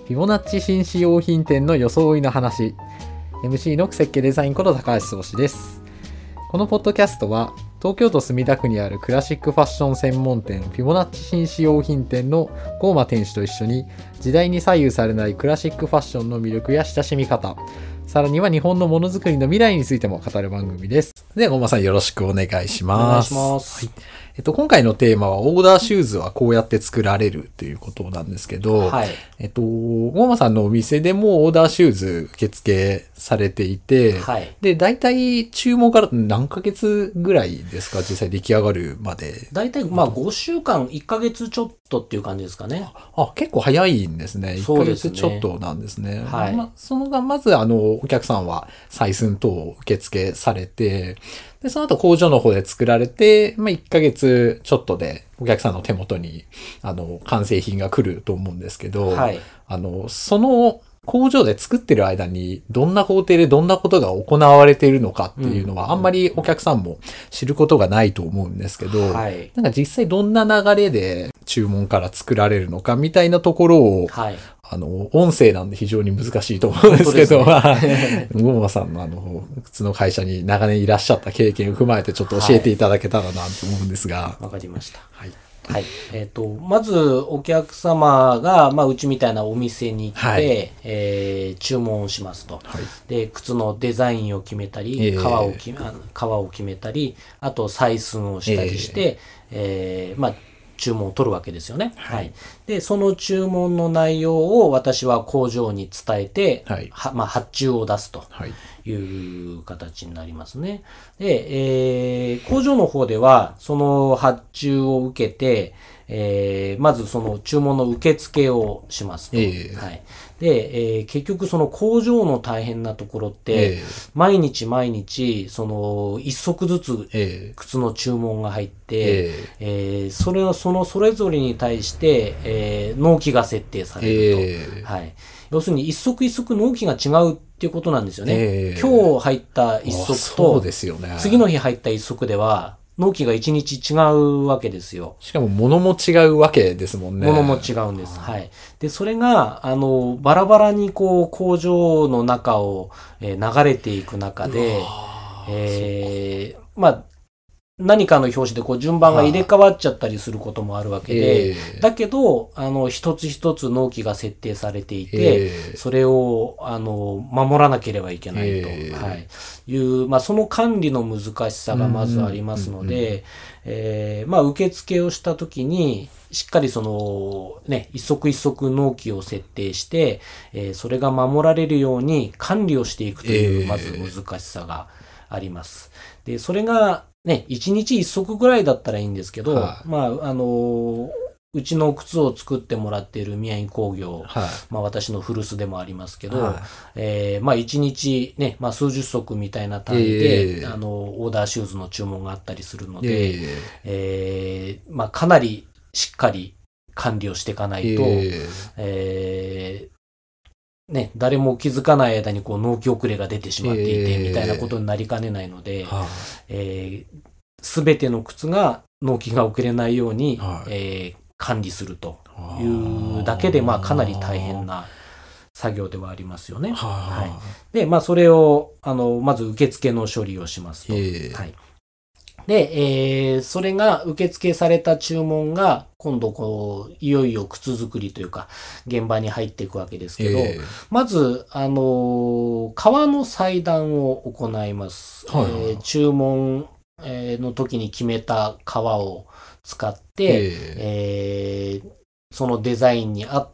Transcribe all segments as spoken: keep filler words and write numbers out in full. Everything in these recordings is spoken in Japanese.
フィボナッチ紳士用品店の装いの話。 エムシー の設計デザインこと高橋壮志です。このポッドキャストは東京都墨田区にあるクラシックファッション専門店フィボナッチ紳士用品店のゴーマ店主と一緒に時代に左右されないクラシックファッションの魅力や親しみ方、さらには日本のものづくりの未来についても語る番組です。ではゴーマさん、よろしくお願いします。 お願いします。 はい。えっと、今回のテーマはオーダーシューズはこうやって作られるということなんですけど、 はい。 えっと、ゴーマさんのお店でもオーダーシューズ受付されていて、 はい。 で、大体注文から何ヶ月ぐらいですか、実際出来上がるまで。 大体まあごしゅうかん、いっかげつちょっとっていう感じですかね。 あ、結構早いんですね。 そうですね。 いっかげつちょっとなんですね。 はい。 まあ、そのが、まずあの、お客さんは採寸等を受付されて、で、その後工場の方で作られて、まあ、いっかげつちょっとでお客さんの手元に、あの、完成品が来ると思うんですけど、 はい。 あの、その工場で作ってる間に、どんな工程でどんなことが行われているのかっていうのは、あんまりお客さんも知ることがないと思うんですけど、 はい。 なんか実際どんな流れで注文から作られるのかみたいなところを、 はい。 あの、音声なんで非常に難しいと思うんですけど、 ね、 ゴーマさんのあの、普通の会社に長年いらっしゃった経験を踏まえてちょっと教えていただけたらなと思うんですが。 わ、はい、かりました。 はい。 はい。えっと、まずお客様が、まあ、うちみたいなお店に来て、はい、えー、注文をしますと。はい、で、靴のデザインを決めたり、えー、革を決め、革を決めたり、あと採寸をしたりして、えー、えー、まあ、注文を取るわけですよね。はい。はい、で、その注文の内容を私は工場に伝えて、はい、はまあ、発注を出すという形になりますね。で、えー、工場の方では、その発注を受けて、えー、まずその注文の受付をしますと。えー、はい。で、えー、結局その工場の大変なところって、えー、毎日毎日、その一足ずつ靴の注文が入って、えーえー、それはそのそれぞれに対して、えー、納期が設定されると。えー、はい。要するに一足一足納期が違うっていうことなんですよね。えー、今日入った一足と、ね、次の日入った一足では、納期が一日違うわけですよ。 しかも物も違うわけですもんね。 物も違うんです。はい。で、それが、あの、バラバラにこう、工場の中を、えー、流れていく中で、えー、まあ、何かの表紙でこう順番が入れ替わっちゃったりすることもあるわけで、えー、だけど、あの、一つ一つ納期が設定されていて、えー、それを、あの、守らなければいけないと、えー、はい、いう、まあ、その管理の難しさがまずありますので、えー、まあ、受付をしたときに、しっかりその、ね、一足一足納期を設定して、えー、それが守られるように管理をしていくという、まず難しさがあります。で、それが、ね、一日一足ぐらいだったらいいんですけど、はい、まあ、あのー、うちの靴を作ってもらっている宮城工業、はい、まあ私の古巣でもありますけど、はい、えー、まあ一日ね、まあ数十足みたいな単位で、えー、あの、オーダーシューズの注文があったりするので、えー、えー、まあかなりしっかり管理をしていかないと、えーえーね、誰も気づかない間にこう納期遅れが出てしまっていて、みたいなことになりかねないので、すべ、えー、ての靴が納期が遅れないように、はい、えー、管理するというだけで、まあかなり大変な作業ではありますよね。はい、で、まあそれを、あの、まず受付の処理をしますと。はい、で、えー、それが受付された注文が、今度こう、いよいよ靴作りというか、現場に入っていくわけですけど、えー、まず、あのー、革の裁断を行います。はいはい、えー、注文、えー、の時に決めた革を使って、えーえー、そのデザインに合った、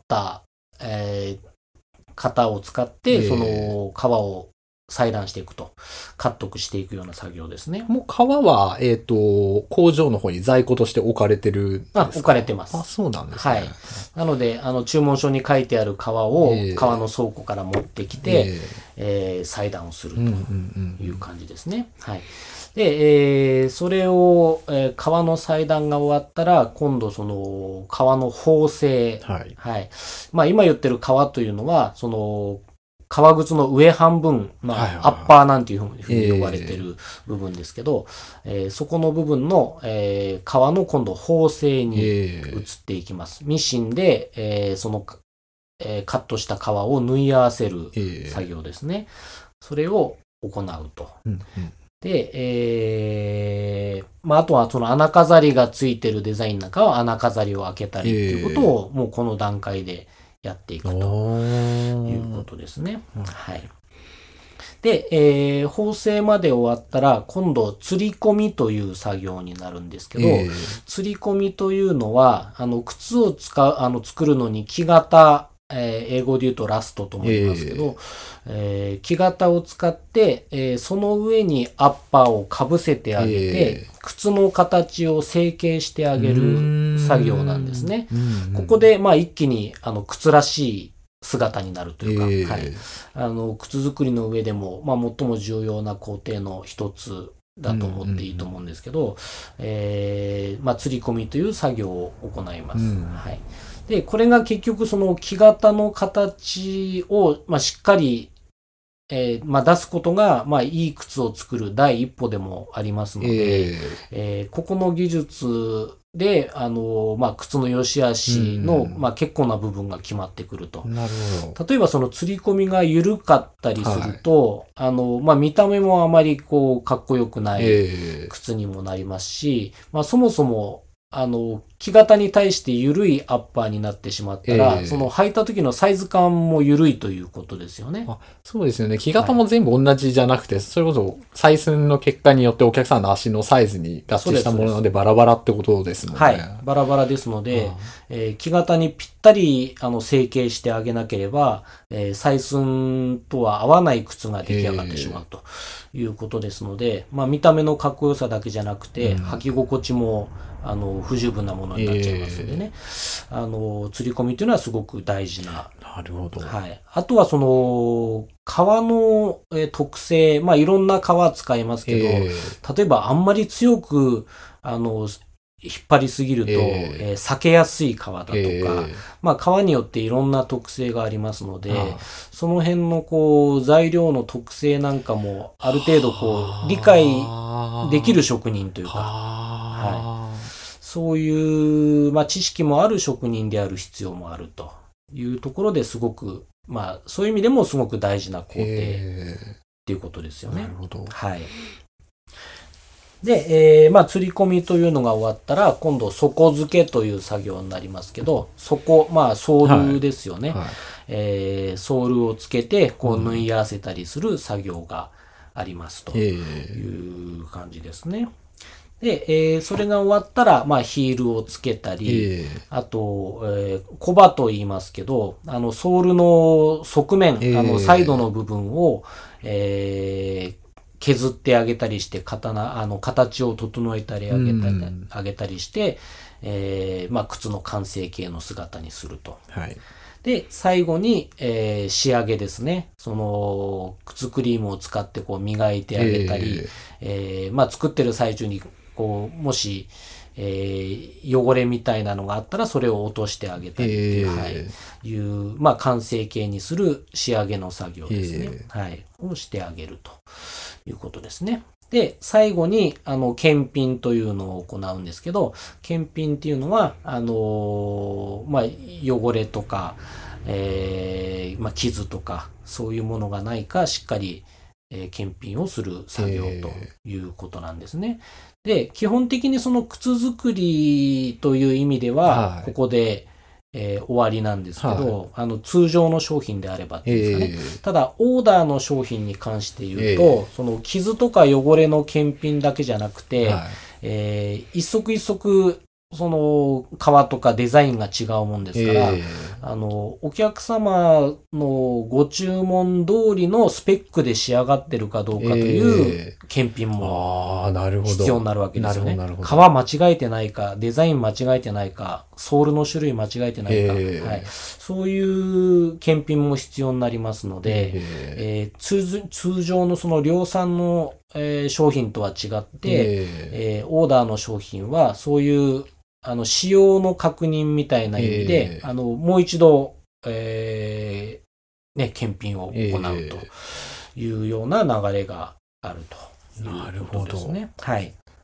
えー、型を使って、その革を裁断していくと、カットしていくような作業ですね。 もう革は、えっと、工場の方に在庫として置かれてるんですか？ あ、置かれてます。 あ、そうなんですね。はい。 なので、あの、注文書に書いてある革を、革の倉庫から持ってきて、えーえー、裁断をするという感じですね。はい。で、えー、それを、えー、革の裁断が終わったら、今度その、革の縫製。はい。はい。まあ、今言ってる革というのは、その、革靴の上半分、まあ、はいはいはい、アッパーなんていうふうに呼ばれてる部分ですけど、えーえー、そこの部分の、えー、革の今度縫製に移っていきます。えー、ミシンで、えー、そのえーカットした皮を縫い合わせるええ作業ですね。それを行うと。 うんうんで、えーまあ、あとはその穴飾りがついてるデザインなんかは穴飾りを開けたりっていうことをもうこの段階でやっていくということですね。はい。で、えー縫製まで終わったら今度釣り込みという作業になるんですけど、 ええ釣り込みというのはあの靴を使うあの作るのに木型、えー英語で言うとラストとも言いますけど、えー木型を使って、えーその上にアッパーをかぶせてあげて、 ええ靴の形を成形してあげる作業なんですね。 うんうんここで、まあ、一気にあの靴らしい姿になるというか、 ええはい、あの靴作りの上でも、まあ、最も重要な工程の一つだと思っていいと思うんですけど、えーまあ、釣り込みという作業を行います。 うんはい、でこれが結局その木型の形を、まあ、しっかり、えーまあ、出すことが、まあ、いい靴を作る第一歩でもありますので、 えええーここの技術で、あのまあ、靴の良し悪しの、 うんまあ、結構な部分が決まってくると。 なるほど。 例えばその釣り込みが緩かったりすると、あの、まあ、見た目もあまりこう、かっこよくないええ靴にもなりますし、まあ、そもそも、あの、木型に対して緩いアッパーになってしまったら、 ええその履いた時のサイズ感も緩いということですよね。 あそうですよね。木型も全部同じじゃなくて、それこそ採寸の結果によってお客さんの足のサイズに合致したものなのでバラバラってことですもんね。 はい。バラバラですので、えー木型にぴったりあの成形してあげなければ、えー採寸とは合わない靴が出来上がってしまうということですので、まあ見た目のかっこよさだけじゃなくて、 うん履き心地もあの不十分なものになっちゃいますのでね、あの釣り込みというのはすごく大事な。 なるほど。 はい。あとはその革のえー特性、まあいろんな革使いますけど、 え例えばあんまり強くあの引っ張りすぎると、 えええー避けやすい革だとか、 ええまあ革によっていろんな特性がありますので、 あその辺のこう材料の特性なんかもある程度こう理解できる職人というか、 はそういう、まあ、知識もある職人である必要もあるというところですごく、まあそういう意味でもすごく大事な工程っえていうことですよねえなる。ほど。 はい。で、えーまあ、釣り込みというのが終わったら、今度、底付けという作業になりますけど、底、まあ、ソールですよね。 はいえーソールをつけて、こう、縫い合わせたりする作業がありますとええいう感じですね。で、えーそれが終わったら、まあ、ヒールをつけたり、 ええあと、えー、コバと言いますけど、あの、ソールの側面、 ええあの、サイドの部分を、えー削ってあげたりして、刀、あの、形を整えたりあげたり、 うんあげたりして、えーまあ、靴の完成形の姿にすると。 はい。 で、最後に、えー仕上げですね。その、靴クリームを使ってこう磨いてあげたり、えーまあ、作ってる最中に、こう、もし、えー汚れみたいなのがあったら、それを落としてあげたりっていう、 えーはい、いう、まあ、完成形にする仕上げの作業ですね。 えはい。をしてあげるということですね。で、最後に、あの、検品というのを行うんですけど、検品っていうのは、あのーまあ、汚れとか、えーまあ、傷とか、そういうものがないか、しっかり、えー検品をする作業ということなんですね。で、基本的にその靴作りという意味では、 はいここで、えー終わりなんですけど、あの、通常の商品であればっていうんですかね。 えただ、オーダーの商品に関して言うと、 ええその傷とか汚れの検品だけじゃなくて、 えはいえー一足一足、その、革とかデザインが違うもんですから、 えあの、お客様のご注文通りのスペックで仕上がってるかどうかというえ検品もああ、なるほど。 必要になるわけですよね。 なるほどなるほど革間違えてないか、デザイン間違えてないか、ソールの種類間違えてないか、 ええはい、そういう検品も必要になりますので、 ええー通ず通常のその量産の、えー商品とは違って、 ええーオーダーの商品はそういうあの使用の確認みたいな意味で、 ええあのもう一度、えーね、検品を行うというような流れがあるということですね。はい。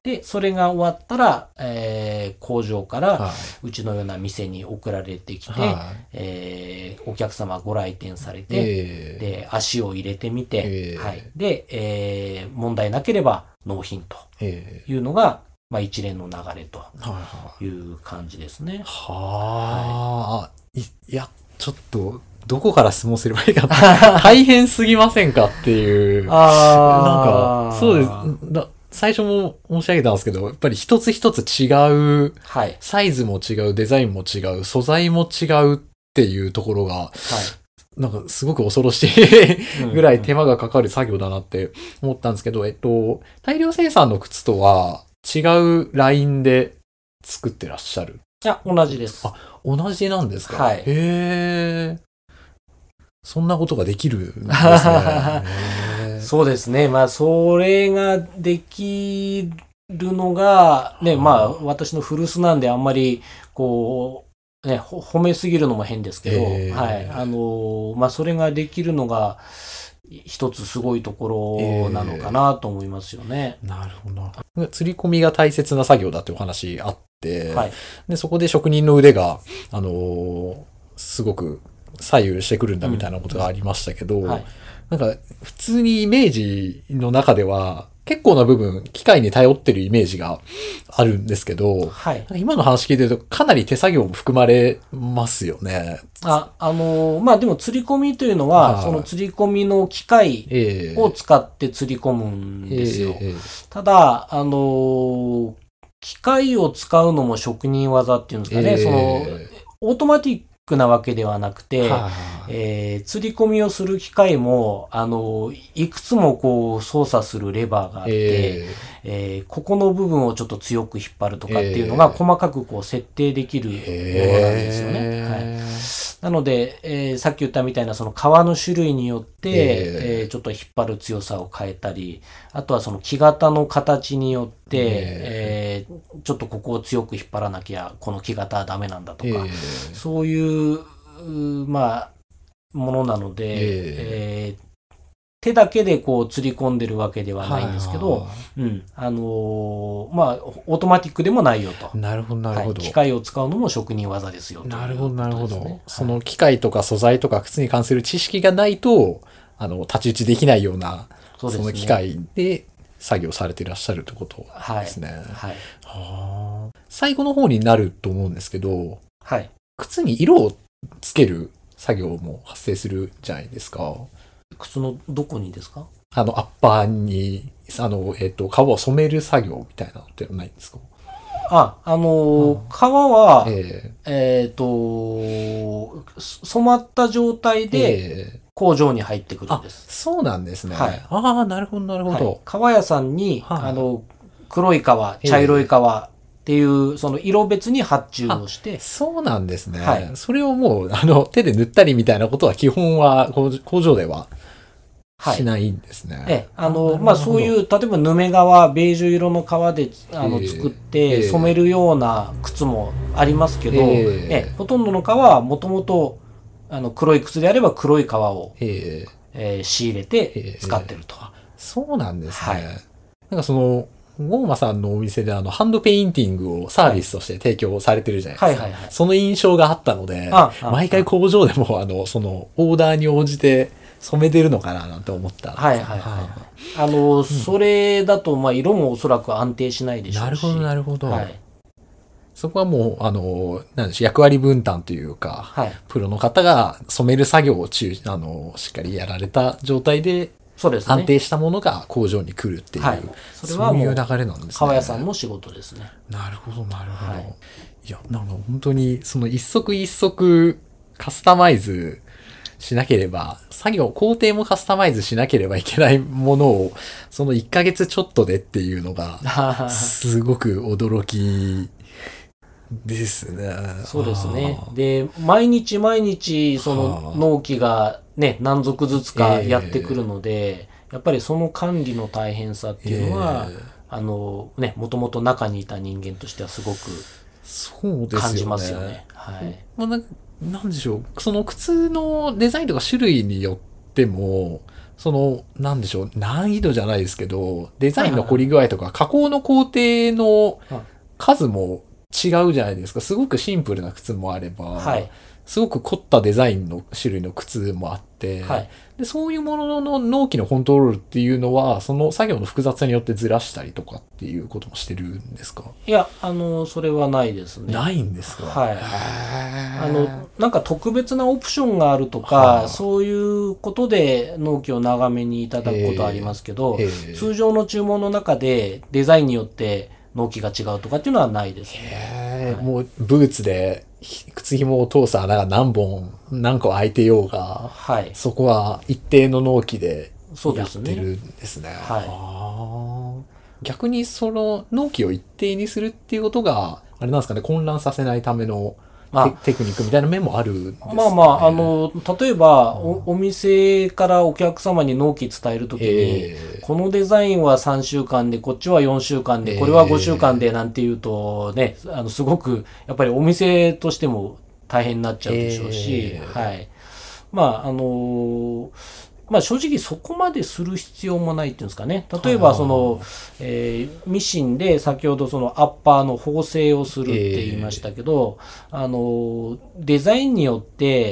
で、それが終わったら、えー工場かはらい。 うちのような店に送られてきて、 はい。 えーお客様ご来店されて、 ええ。 で、足を入れてみて、 ええはい。で、えー問題なければ納品とええ。 いうのが、まあ一連の流れとはいはい。 いう感じですね。 はあ、い、いや、ちょっと、どこから質問すればいいかな大変すぎませんかっていう。なんあか、そうです。だ最初も申し上げたんですけど、やっぱり一つ一つ違う、 はい。 サイズも違う、デザインも違う、素材も違うっていうところが、 はい。 なんかすごく恐ろしいうんぐらい手間がかかる作業だなって思ったんですけど、えっと、大量生産の靴とは違うラインで作ってらっしゃる。 いや、同じです。 あ同じなんですか？ はいへえ。そんなことができるんですね。へーそうですね。まあ、それができるのが、ね、まあ、私の古巣なんであんまり、こう、ね、ほ褒めすぎるのも変ですけど、 えーはい。あの、まあ、それができるのが、一つすごいところなのかなと思いますよね。 なるほど。釣り込みが大切な作業だってお話あって、 はい。 で、そこで職人の腕が、あのーすごく左右してくるんだみたいなことがありましたけど、 はい。 なんか普通にイメージの中では結構な部分機械に頼ってるイメージがあるんですけど、 はい。 今の話聞いてるとかなり手作業も含まれますよね。 あ、あの、まあ、でも釣り込みというのは、 はいその釣り込みの機械ええを使って釣り込むんですよ。 ええただ、あの、機械を使うのも職人技っていうんですかね、 ええその、オートマティックなわけではなくて、 はいえー釣り込みをする機械も、あの、いくつもこう操作するレバーがあって、 ええーここの部分をちょっと強く引っ張るとかっていうのがえー細かくこう設定できるものなんえですよね。はいえなので、えーさっき言ったみたいなその皮の種類によって、 えーえーちょっと引っ張る強さを変えたり、あとはその木型の形によって、えーちょっとここを強く引っ張らなきゃこの木型はダメなんだとか、 えーそういう、うまあ、ものなので、 ええー手だけでこう釣り込んでるわけではないんですけど、 はうん、あのーまあ、オートマティックでもないよと。 いなるほど、なるほど。 はい機械を使うのも職人技ですよというなるほど、なるほどことですね。。 その機械とか素材とか靴に関する知識がないと、あの、太刀打ちできないような、 そうですねその機械で作業されていらっしゃるってことはい。 ですね。 はい。 はあ最後の方になると思うんですけど、 はい。 靴に色をつける作業も発生するじゃないですか。 靴のどこにですか？ あの、アッパーに、あの、えっ、と、革を染める作業みたいなのってないんですか？ あ、あのー革は、 ええっ、と、染まった状態えでええ工場に入ってくるんあで、す。 そうなんですね。 はいああ、なるほど、なるほはいど。 革屋さんに、 はいあの、黒い革、茶色い革っていう、その色別に発注をして、 そうなんですね。 はいそれをもう、あの、手で塗ったりみたいなことは基本は工工場でははいしないんですね。 ええ、あの、 なるほどまあ、そういう、例えば、ヌメ革、ベージュ色の革で、あの、 ええ作っええて染めるような靴もありますけど、 ええええほとんどの革は、もともと、あの、黒い靴であれば黒い革を、 えええー仕入れて使ってると。 そうなんですね。 はいなんかその、ゴーマさんのお店であの、ハンドペインティングをサービスとして提供されてるじゃないですか。 はいはいはいその印象があったので、 ああ毎回工場でもあの、その、オーダーに応じて染めてるのかななんて思った。 はいはいはい。あの、それだと、まあ、色もおそらく安定しないでしょうし。 なるほど、なるほど。 はい。 そこはもう、あの、なんでしょう、役割分担というか、 はい。 プロの方が染める作業を中、あの、しっかりやられた状態で、 そうですね。 安定したものが工場に来るっていう、 はいそれはもうそういう流れなんですね。 革屋さんの仕事ですね。 なるほど、なるほど。 はいい、や、なんか本当に、その一足一足カスタマイズしなければ、作業、工程もカスタマイズしなければいけないものを、そのいっかげつちょっとでっていうのが、すごく驚きですね。 そうですねあ。ーで、毎日毎日、そはのあ納期がね、何足ずつかええやってくるので、やっぱりその管理の大変さっていうのは、 ええあのね、もともと中にいた人間としてはすごくそうですよね。 感じますよね。はい。 まあ、なんなんでしょう。その靴のデザインとか種類によっても、 その、なんでしょう、難易度じゃないですけど、デザインの凝り具合とか、加工の工程の数も違うじゃないですか。すごくシンプルな靴もあれば、 はい、 すごく凝ったデザインの種類の靴もあって、 はい、 でそういうものの納期のコントロールっていうのは、その作業の複雑によってずらしたりとかっていうこともしてるんですか？ いや、あの、それはないですね。 ないんですか？ はい。あの、なんか特別なオプションがあるとか、 はあ、 そういうことで納期を長めにいただくことはありますけど、 えーえー、 通常の注文の中でデザインによって納期が違うとかっていうのはないですね。 はい、 もうブーツで靴紐を通す穴が何本何個開いてようが、 はい、 そこは一定の納期でやってね、 るんですね。 はい、 あ、逆にその納期を一定にするっていうことがあれなんですかね、混乱させないためのテ, テクニックみたいな面もあるんですかね。 まあまあ、あの、例えばお、お店からお客様に納期伝えるときに、えー、このデザインはさんしゅうかんで、こっちはよんしゅうかんで、これはごしゅうかんでなんていうとね、あの、すごく、やっぱりお店としても大変になっちゃうでしょうし、えー、はい。まあ、あの、まあ正直そこまでする必要もないっていうんですかね。例えばその、えー、ミシンで先ほどそのアッパーの縫製をするって言いましたけど、えー、あの、デザインによって、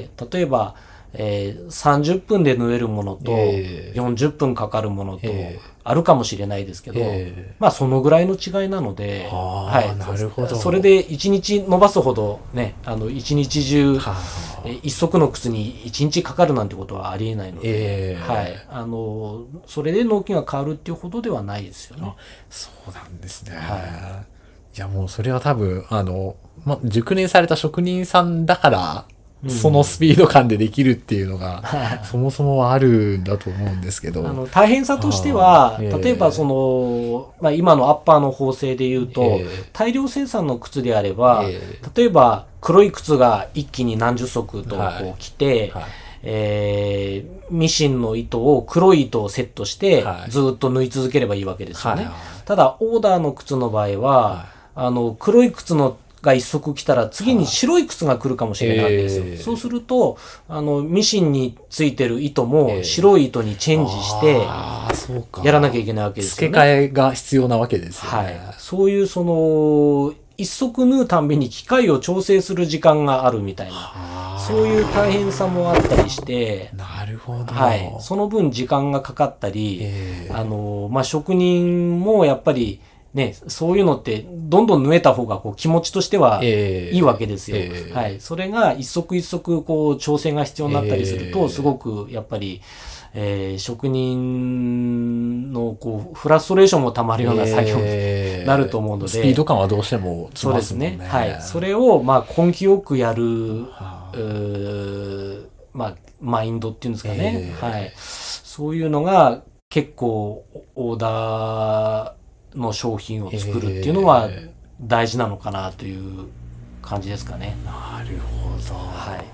例えば、えー、さんじゅっぷんで縫えるものと、よんじゅっぷんかかるものと、あるかもしれないですけど、えー、まあそのぐらいの違いなので、 はい、なるほど。 それでいちにち伸ばすほどね、あのいちにち中、一足の靴にいちにちかかるなんてことはありえないので、えー、はい、あのそれで納期が変わるっていうほどではないですよね。 そうなんですね。はい、いやもうそれは多分あの、ま、熟練された職人さんだから。そのスピード感でできるっていうのが、うん、そもそもあるんだと思うんですけど。 あの大変さとしては、えー、例えばその、まあ、今のアッパーの縫製でいうと、えー、大量生産の靴であれば、えー、例えば黒い靴が一気に何十足とこう着て、はいはい、えー、ミシンの糸を黒い糸をセットして、はい、ずっと縫い続ければいいわけですよね。はいはい、ただオーダーの靴の場合は、はい、あの黒い靴のが一足来たら次に白い靴が来るかもしれないわけですよ。えー、そうすると、あの、ミシンについてる糸も白い糸にチェンジして、やらなきゃいけないわけですよね。 付け替えが必要なわけですよね。はい。 そういうその、一足縫うたんびに機械を調整する時間があるみたいな、そういう大変さもあったりして、 なるほど。 はい。その分時間がかかったり、えー、あの、まあ、職人もやっぱり、ね、そういうのってどんどん縫えた方がこう気持ちとしてはいいわけですよ。えーえー、はい。それが一足一足こう調整が必要になったりすると、すごくやっぱり、えー、職人のこうフラストレーションもたまるような作業になると思うので、 スピード感はどうしてもきますもんね。 そうですね。はい。それをまあ根気よくやる、うまあマインドっていうんですかね。えー、はい。そういうのが結構オーダーの商品を作るっていうのは大事なのかなという感じですかね。 えー、なるほど。 はい。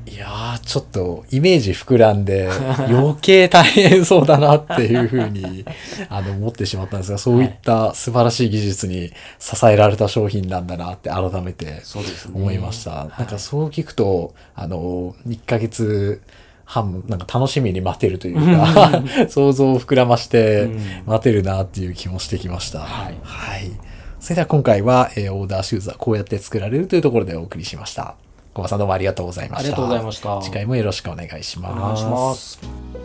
いやー、ちょっとイメージ膨らんで余計大変そうだなっていうふうにあの思ってしまったんですが、そういった素晴らしい技術に支えられた商品なんだなって改めて思いました。はい、なんかそう聞くと、あの、いっかげつはん、なんか楽しみに待てるというか想像を膨らまして待てるなっていう気もしてきました。はい。はい。それでは今回は、えー、オーダーシューズはこうやって作られるというところでお送りしました。小葉さんどうもありがとうございました。 ありがとうございました。 次回もよろしくお願いします。 お願いします。